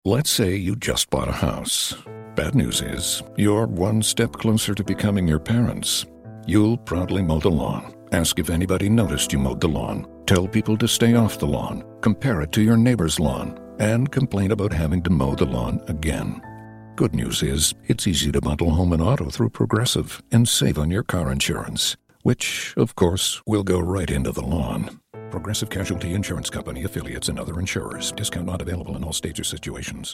Let's say you just bought a house. Bad news is, you're one step closer to becoming your parents. You'll proudly mow the lawn, ask if anybody noticed you mowed the lawn, tell people to stay off the lawn, compare it to your neighbor's lawn, and complain about having to mow the lawn again. Good news is, it's easy to bundle home and auto through Progressive and save on your car insurance, which, of course, will go right into the lawn. Progressive Casualty Insurance Company, affiliates, and other insurers. Discount not available in all states or situations.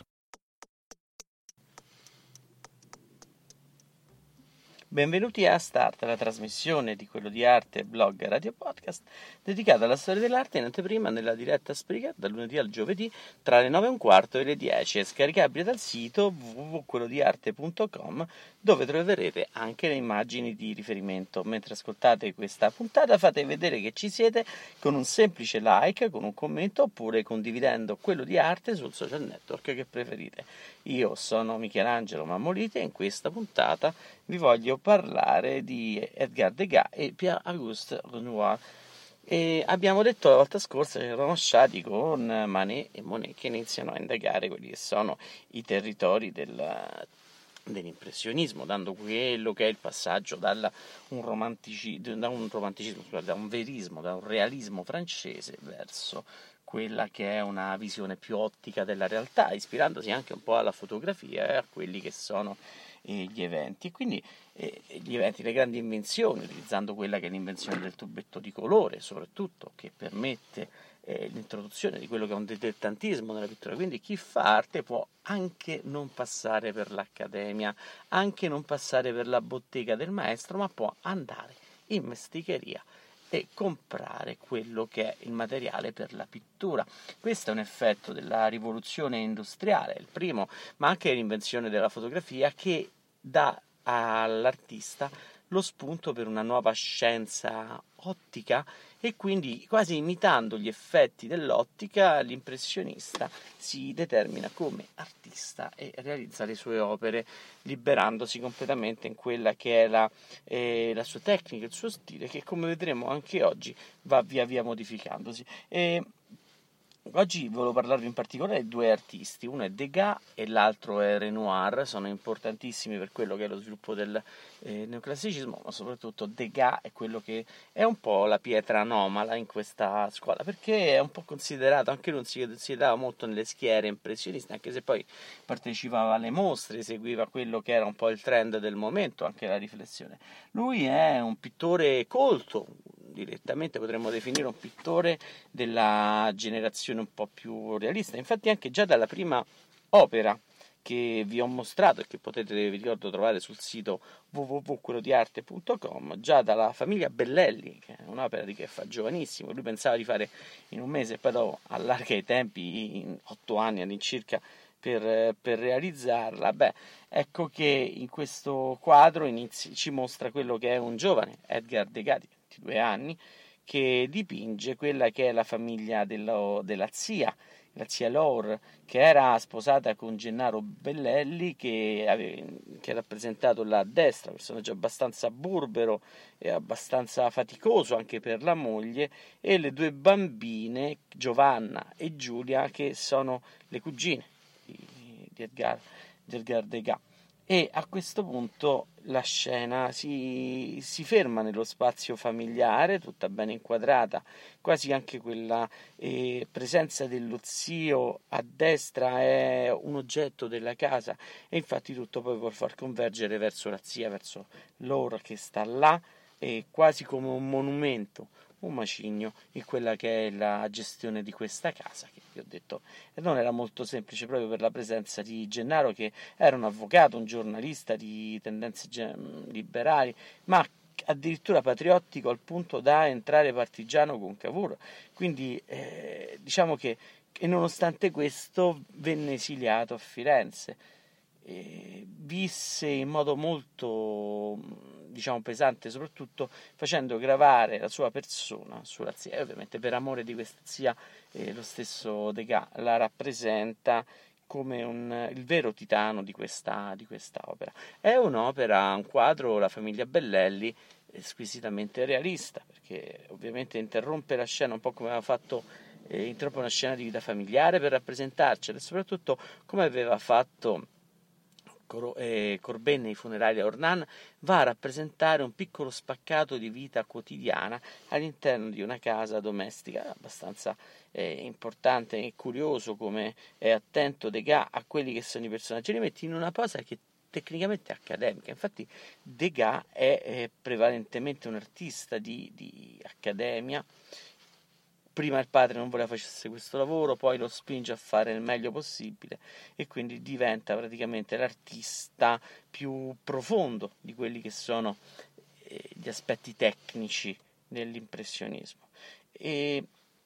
Benvenuti a Start, la trasmissione di Quello di Arte, blog e radio podcast dedicata alla storia dell'arte in anteprima nella diretta Spreaker dal lunedì al giovedì tra le 9:15 e le 10, scaricabile dal sito www.quellodiarte.com, dove troverete anche le immagini di riferimento. Mentre ascoltate questa puntata fate vedere che ci siete con un semplice like, con un commento oppure condividendo Quello di Arte sul social network che preferite. Io sono Michelangelo Mammoliti e in questa puntata vi voglio parlare di Edgar Degas e Pierre-Auguste Renoir. E abbiamo detto la volta scorsa che eravamo stati con Manet e Monet che iniziano a indagare quelli che sono i territori dell'impressionismo, dando quello che è il passaggio da un verismo, da un realismo francese verso quella che è una visione più ottica della realtà, ispirandosi anche un po' alla fotografia e a quelli che sono gli eventi. Quindi gli eventi, le grandi invenzioni, utilizzando quella che è l'invenzione del tubetto di colore, soprattutto, che permette l'introduzione di quello che è un dilettantismo nella pittura. Quindi chi fa arte può anche non passare per l'accademia, anche non passare per la bottega del maestro, ma può andare in mesticheria e comprare quello che è il materiale per la pittura. Questo è un effetto della rivoluzione industriale, il primo, ma anche l'invenzione della fotografia, che dà all'artista lo spunto per una nuova scienza ottica, e quindi, quasi imitando gli effetti dell'ottica, l'impressionista si determina come artista e realizza le sue opere liberandosi completamente in quella che è la sua tecnica, il suo stile, che come vedremo anche oggi va via via modificandosi. Oggi volevo parlarvi in particolare di due artisti, uno è Degas e l'altro è Renoir. Sono importantissimi per quello che è lo sviluppo del neoclassicismo, ma soprattutto Degas è quello che è un po' la pietra anomala in questa scuola, perché è un po' considerato, anche lui si considerava molto nelle schiere impressioniste, anche se poi partecipava alle mostre, seguiva quello che era un po' il trend del momento, anche la riflessione. Lui è un pittore colto, direttamente potremmo definire un pittore della generazione un po' più realista. Infatti anche già dalla prima opera che vi ho mostrato e che potete, vi ricordo, trovare sul sito www.quellodiarte.com, già dalla famiglia Bellelli, che è un'opera di che fa giovanissimo, lui pensava di fare in un mese e poi dopo allarga i tempi in 8 anni all'incirca per realizzarla. Ecco che in questo quadro ci mostra quello che è un giovane Edgar Degas di 22 anni, che dipinge quella che è la famiglia della zia, la zia Laure, che era sposata con Gennaro Bellelli, che ha rappresentato la destra, personaggio abbastanza burbero e abbastanza faticoso anche per la moglie, e le due bambine, Giovanna e Giulia, che sono le cugine di Edgar Degas. E a questo punto la scena si ferma nello spazio familiare, tutta ben inquadrata, quasi anche quella presenza dello zio a destra è un oggetto della casa, e infatti tutto poi vuol far convergere verso la zia, verso Laura che sta là, quasi come un monumento, un macigno in quella che è la gestione di questa casa, che vi ho detto non era molto semplice proprio per la presenza di Gennaro, che era un avvocato, un giornalista di tendenze liberali, ma addirittura patriottico al punto da entrare partigiano con Cavour. Quindi diciamo che nonostante questo venne esiliato a Firenze. Visse in modo molto, diciamo, pesante, soprattutto facendo gravare la sua persona sulla zia, e ovviamente per amore di questa zia lo stesso Degas la rappresenta come il vero titano di questa opera. È un'opera, un quadro, la famiglia Bellelli, squisitamente realista, perché ovviamente interrompe la scena un po' come aveva fatto interrompe una scena di vita familiare per rappresentarcela, e soprattutto, come aveva fatto Courbet nei funerali a Ornans, va a rappresentare un piccolo spaccato di vita quotidiana all'interno di una casa domestica abbastanza importante e curioso come è attento Degas a quelli che sono i personaggi. Li metti in una posa che tecnicamente è accademica. Infatti Degas è prevalentemente un artista di accademia. Prima il padre non voleva facesse questo lavoro, poi lo spinge a fare il meglio possibile e quindi diventa praticamente l'artista più profondo di quelli che sono gli aspetti tecnici dell'impressionismo. E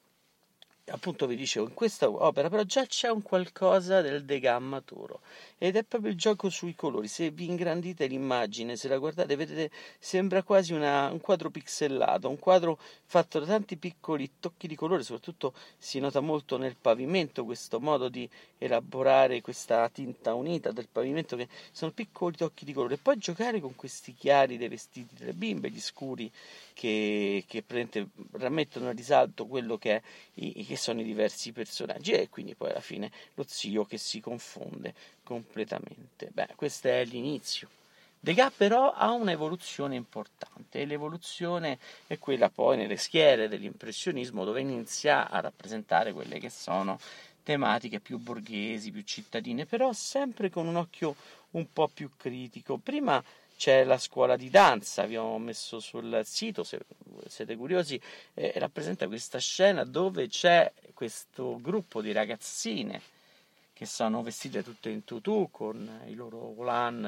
appunto vi dicevo, in questa opera però già c'è un qualcosa del Degas maturo, ed è proprio il gioco sui colori. Se vi ingrandite l'immagine, se la guardate, vedete, sembra quasi un quadro pixelato, un quadro fatto da tanti piccoli tocchi di colore. Soprattutto si nota molto nel pavimento questo modo di elaborare questa tinta unita del pavimento, che sono piccoli tocchi di colore, e poi giocare con questi chiari dei vestiti delle bimbe, gli scuri che mettono a risalto quello che sono i diversi personaggi, e quindi poi alla fine lo zio che si confonde completamente. Beh, questo è l'inizio. Degas però ha un'evoluzione importante, e l'evoluzione è quella poi nelle schiere dell'impressionismo, dove inizia a rappresentare quelle che sono tematiche più borghesi, più cittadine, però sempre con un occhio un po' più critico. Prima c'è la scuola di danza, abbiamo messo sul sito, se siete curiosi, rappresenta questa scena dove c'è questo gruppo di ragazzine che sono vestite tutte in tutù con i loro volant,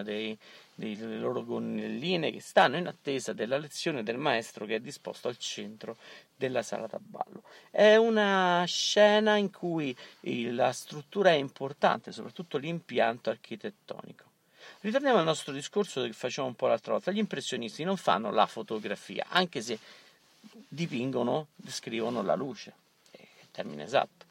le loro gonnelline, che stanno in attesa della lezione del maestro che è disposto al centro della sala da ballo. È una scena in cui la struttura è importante, soprattutto l'impianto architettonico. Ritorniamo al nostro discorso che facciamo un po' l'altra volta. Gli impressionisti non fanno la fotografia, anche se dipingono, descrivono la luce, è il termine esatto,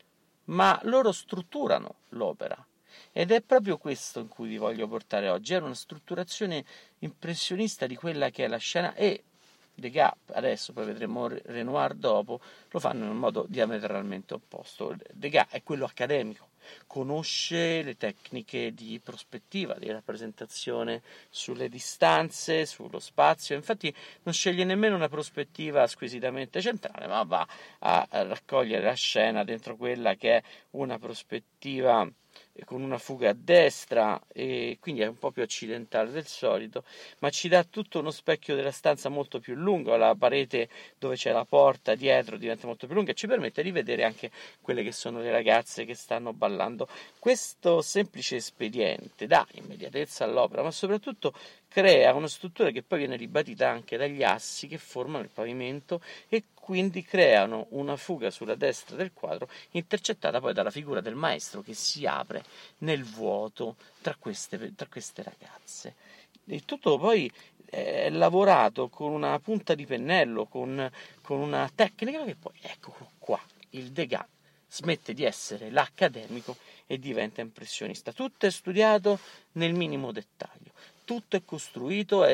ma loro strutturano l'opera, ed è proprio questo in cui vi voglio portare oggi. Era una strutturazione impressionista di quella che è la scena, e Degas, adesso poi vedremo Renoir dopo, lo fanno in un modo diametralmente opposto. Degas è quello accademico, conosce le tecniche di prospettiva, di rappresentazione sulle distanze, sullo spazio. Infatti non sceglie nemmeno una prospettiva squisitamente centrale, ma va a raccogliere la scena dentro quella che è una prospettiva con una fuga a destra, e quindi è un po' più occidentale del solito, ma ci dà tutto uno specchio della stanza molto più lungo. La parete dove c'è la porta dietro diventa molto più lunga e ci permette di vedere anche quelle che sono le ragazze che stanno ballando. Questo semplice espediente dà immediatezza all'opera, ma soprattutto crea una struttura che poi viene ribadita anche dagli assi che formano il pavimento, e quindi creano una fuga sulla destra del quadro, intercettata poi dalla figura del maestro che si apre nel vuoto tra queste ragazze. Il tutto poi è lavorato con una punta di pennello, con una tecnica che poi, eccolo qua, il Degas smette di essere l'accademico e diventa impressionista. Tutto è studiato nel minimo dettaglio, tutto è costruito,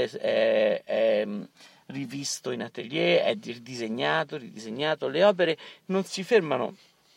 è rivisto in atelier, è ridisegnato, le opere non si fermano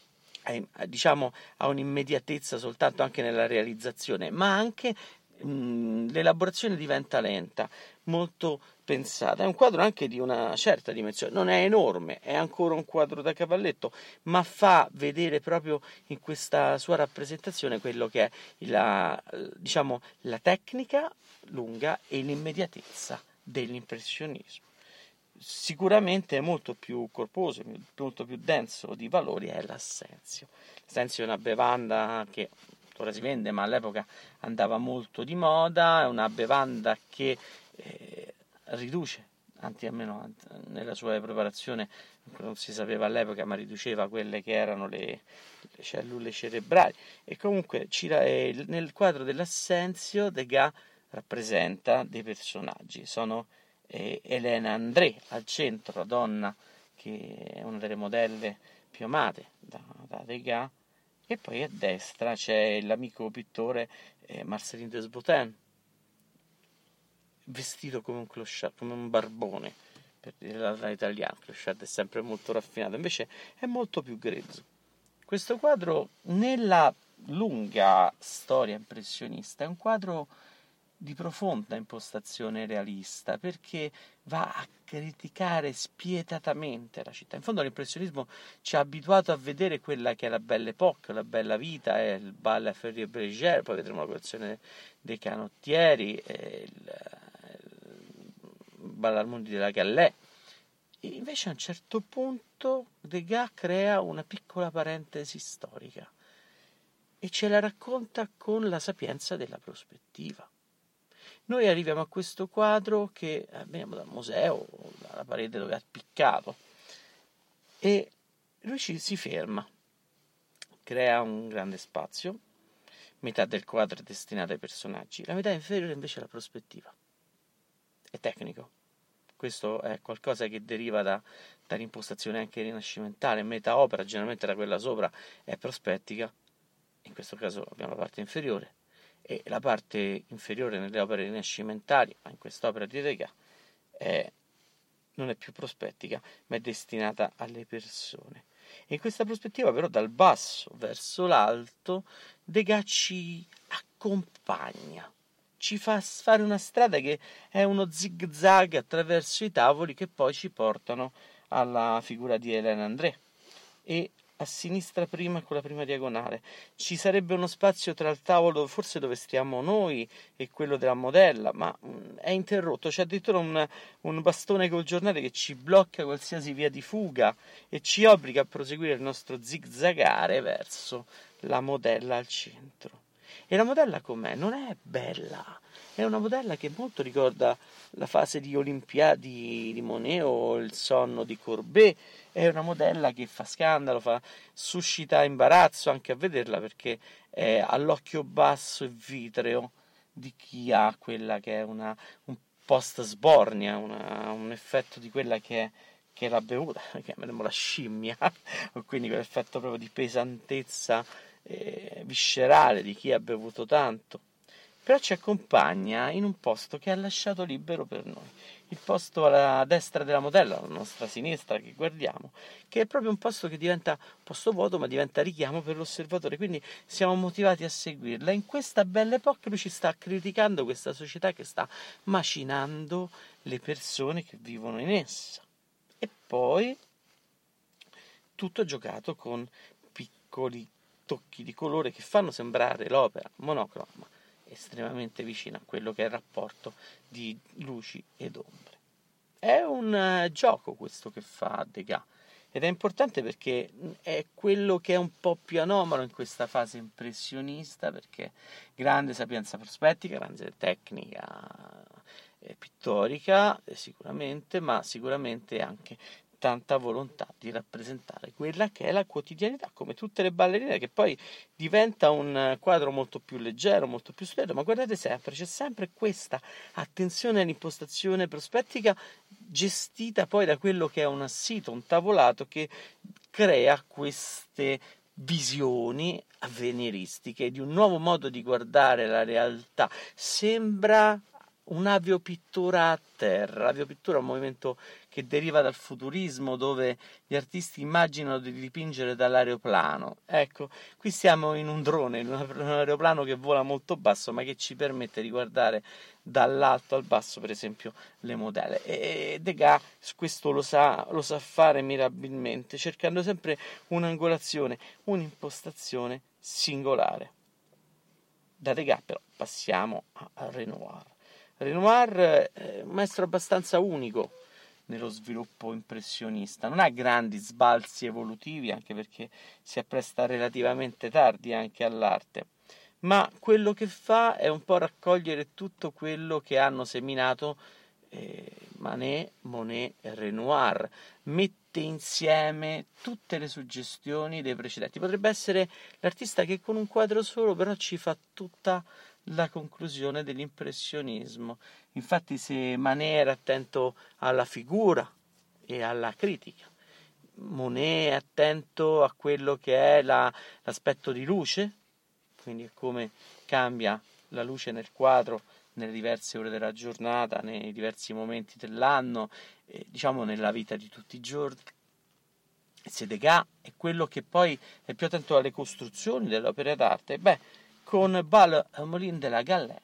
a un'immediatezza soltanto anche nella realizzazione, ma anche l'elaborazione diventa lenta, molto pensata. È un quadro anche di una certa dimensione, non è enorme, è ancora un quadro da cavalletto, ma fa vedere proprio in questa sua rappresentazione quello che è la tecnica lunga e l'immediatezza dell'impressionismo. Sicuramente è molto più corposo, molto più denso di valori è l'Assenzio. L'Assenzio è una bevanda che ora si vende, ma all'epoca andava molto di moda. È una bevanda che riduce, almeno nella sua preparazione, non si sapeva all'epoca, ma riduceva quelle che erano le cellule cerebrali. E comunque nel quadro dell'Assenzio Degas rappresenta dei personaggi. Sono Elena André al centro, la donna che è una delle modelle più amate da Degas, e poi a destra c'è l'amico pittore Marcelin Desboutin, vestito come un clochard, come un barbone, per dirla all'italiano. Clochard è sempre molto raffinato, invece è molto più grezzo. Questo quadro, nella lunga storia impressionista, è un quadro di profonda impostazione realista, perché va a criticare spietatamente la città. In fondo l'impressionismo ci ha abituato a vedere quella che è la Belle Époque, la bella vita, il Bal à Feuille Bergère, poi vedremo la collezione dei canottieri, il Bal al Mundi della Galère. E invece a un certo punto Degas crea una piccola parentesi storica e ce la racconta con la sapienza della prospettiva. Noi arriviamo a questo quadro che abbiamo dal museo, dalla parete dove ha piccato, e lui si ferma, crea un grande spazio, metà del quadro è destinata ai personaggi, la metà inferiore invece è la prospettiva. È tecnico. Questo è qualcosa che deriva dall'impostazione anche rinascimentale. Metà opera, generalmente da quella sopra, è prospettica, in questo caso abbiamo la parte inferiore, e la parte inferiore nelle opere rinascimentali, ma in quest'opera di Degas, non è più prospettica, ma è destinata alle persone. E in questa prospettiva, però, dal basso verso l'alto, Degas ci accompagna, ci fa fare una strada che è uno zig-zag attraverso i tavoli che poi ci portano alla figura di Hélène André. E a sinistra prima, con la prima diagonale, ci sarebbe uno spazio tra il tavolo forse dove stiamo noi e quello della modella, ma è interrotto, c'è addirittura un bastone col giornale che ci blocca qualsiasi via di fuga e ci obbliga a proseguire il nostro zigzagare verso la modella al centro. E la modella com'è? Non è bella, è una modella che molto ricorda la fase di Olimpiadi di Monet o il sonno di Courbet. È una modella che fa scandalo, suscita imbarazzo anche a vederla, perché è all'occhio basso e vitreo di chi ha quella che è un post-sbornia, un effetto di quella che è la bevuta, chiameremo la scimmia, quindi quell'effetto proprio di pesantezza viscerale di chi ha bevuto tanto. Però ci accompagna in un posto che ha lasciato libero per noi, il posto alla destra della modella, alla nostra sinistra che guardiamo, che è proprio un posto che diventa un posto vuoto, ma diventa richiamo per l'osservatore, quindi siamo motivati a seguirla. In questa Belle Époque lui ci sta criticando questa società che sta macinando le persone che vivono in essa. E poi tutto giocato con piccoli tocchi di colore che fanno sembrare l'opera monocroma estremamente vicina a quello che è il rapporto di luci ed ombre. È un gioco questo che fa Degas, ed è importante perché è quello che è un po' più anomalo in questa fase impressionista, perché grande sapienza prospettica, grande tecnica pittorica sicuramente, ma sicuramente anche tanta volontà di rappresentare quella che è la quotidianità, come tutte le ballerine, che poi diventa un quadro molto più leggero, molto più splendido, ma guardate sempre, c'è sempre questa attenzione all'impostazione prospettica gestita poi da quello che è un assito, un tavolato che crea queste visioni avveniristiche di un nuovo modo di guardare la realtà. Sembra un'aviopittura a terra. L'aviopittura è un movimento che deriva dal futurismo, dove gli artisti immaginano di dipingere dall'aeroplano. Ecco, qui siamo in un drone, in un aeroplano che vola molto basso, ma che ci permette di guardare dall'alto al basso, per esempio, le modelle. E Degas questo lo sa fare mirabilmente, cercando sempre un'angolazione, un'impostazione singolare. Da Degas però passiamo a Renoir. Renoir è un maestro abbastanza unico nello sviluppo impressionista, non ha grandi sbalzi evolutivi, anche perché si appresta relativamente tardi anche all'arte, ma quello che fa è un po' raccogliere tutto quello che hanno seminato Manet, Monet e Renoir, mette insieme tutte le suggestioni dei precedenti. Potrebbe essere l'artista che con un quadro solo però ci fa tutta la conclusione dell'impressionismo. Infatti, se Manet era attento alla figura e alla critica, Monet è attento a quello che è l'aspetto di luce, quindi come cambia la luce nel quadro nelle diverse ore della giornata, nei diversi momenti dell'anno, diciamo nella vita di tutti i giorni. Degas è quello che poi è più attento alle costruzioni delle opere d'arte. Con Bal Moulin de la Galette,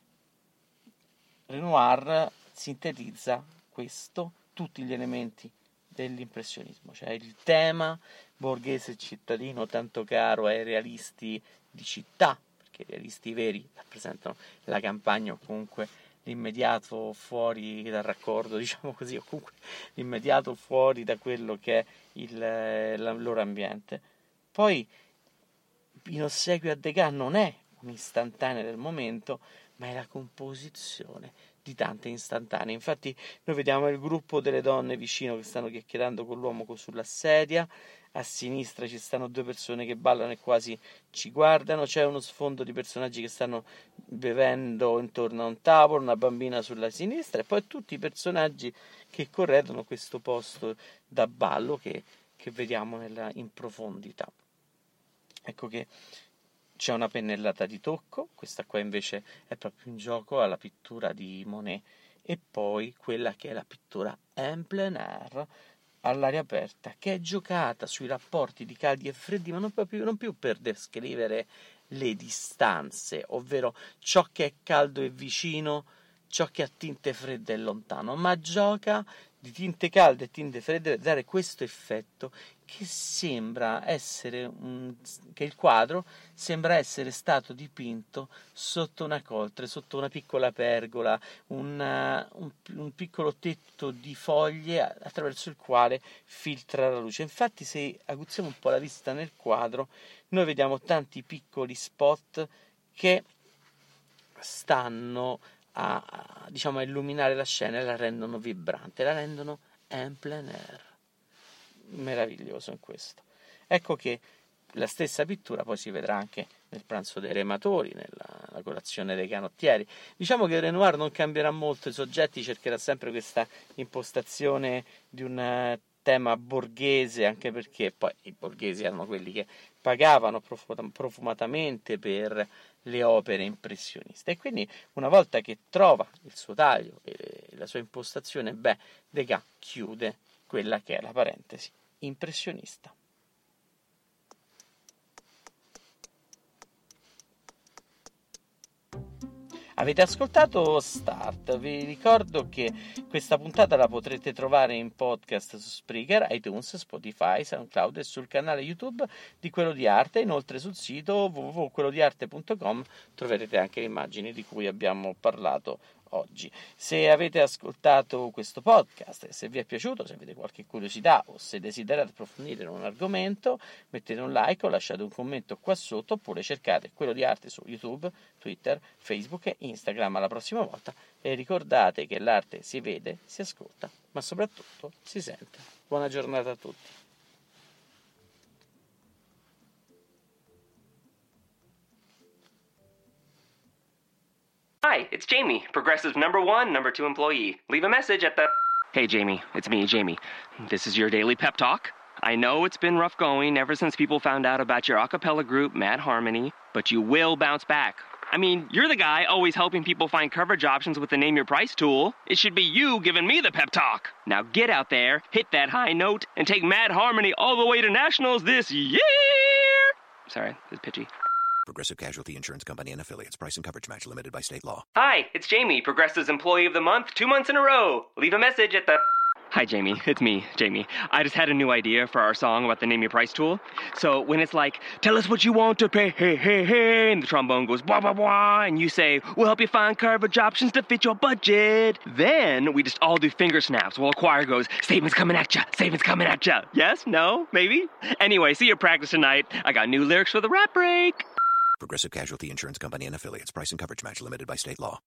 Renoir sintetizza tutti gli elementi dell'impressionismo, cioè il tema borghese cittadino tanto caro ai realisti di città, perché i realisti veri rappresentano la campagna o comunque l'immediato fuori dal raccordo, diciamo così, o comunque l'immediato fuori da quello che è il loro ambiente. Poi in ossequio a Degas non è un'istantanea del momento, ma è la composizione di tante istantanee. Infatti noi vediamo il gruppo delle donne vicino che stanno chiacchierando con l'uomo sulla sedia, a sinistra ci stanno due persone che ballano e quasi ci guardano, c'è uno sfondo di personaggi che stanno bevendo intorno a un tavolo, una bambina sulla sinistra e poi tutti i personaggi che corredono questo posto da ballo che vediamo in profondità. Ecco che c'è una pennellata di tocco, questa qua invece è proprio in gioco alla pittura di Monet, e poi quella che è la pittura en plein air, all'aria aperta, che è giocata sui rapporti di caldi e freddi, ma non più per descrivere le distanze, ovvero ciò che è caldo e vicino, ciò che ha tinte fredde e lontano, ma gioca di tinte calde e tinte fredde per dare questo effetto che sembra essere che il quadro sembra essere stato dipinto sotto una coltre, sotto una piccola pergola, un piccolo tetto di foglie attraverso il quale filtra la luce. Infatti, se aguzziamo un po' la vista nel quadro, noi vediamo tanti piccoli spot che stanno a illuminare la scena e la rendono vibrante, la rendono en plein air. Meraviglioso in questo. Ecco che la stessa pittura poi si vedrà anche nel pranzo dei rematori, nella colazione dei canottieri. Diciamo che Renoir non cambierà molto i soggetti, cercherà sempre questa impostazione di un tema borghese, anche perché poi i borghesi erano quelli che pagavano profumatamente per le opere impressioniste, e quindi una volta che trova il suo taglio e la sua impostazione, Degas chiude quella che è la parentesi impressionista. Avete ascoltato Start, vi ricordo che questa puntata la potrete trovare in podcast su Spreaker, iTunes, Spotify, SoundCloud e sul canale YouTube di Quello di Arte. Inoltre sul sito www.quellodiarte.com troverete anche le immagini di cui abbiamo parlato oggi. Se avete ascoltato questo podcast e se vi è piaciuto, se avete qualche curiosità o se desiderate approfondire un argomento, mettete un like o lasciate un commento qua sotto, oppure cercate Quello di Arte su YouTube, Twitter, Facebook e Instagram. Alla prossima volta, e ricordate che l'arte si vede, si ascolta, ma soprattutto si sente. Buona giornata a tutti. Hi, it's Jamie, Progressive #1, #2 employee. Leave a message at the... Hey, Jamie, it's me, Jamie. This is your daily pep talk. I know it's been rough going ever since people found out about your a cappella group, Mad Harmony, but you will bounce back. I mean, you're the guy always helping people find coverage options with the Name Your Price tool. It should be you giving me the pep talk. Now get out there, hit that high note, and take Mad Harmony all the way to nationals this year! Sorry, it's pitchy. Progressive Casualty Insurance Company and Affiliates. Price and coverage match limited by state law. Hi, it's Jamie, Progressive's Employee of the Month, 2 months in a row. Leave a message at the... Hi, Jamie. It's me, Jamie. I just had a new idea for our song about the Name Your Price tool. So when it's like, tell us what you want to pay, hey, hey, hey, and the trombone goes, blah, blah, blah, and you say, we'll help you find coverage options to fit your budget. Then we just all do finger snaps while a choir goes, statements coming at ya, statements coming at ya. Yes? No? Maybe? Anyway, see your practice tonight. I got new lyrics for the rap break. Progressive Casualty Insurance Company and Affiliates. Price and coverage match limited by state law.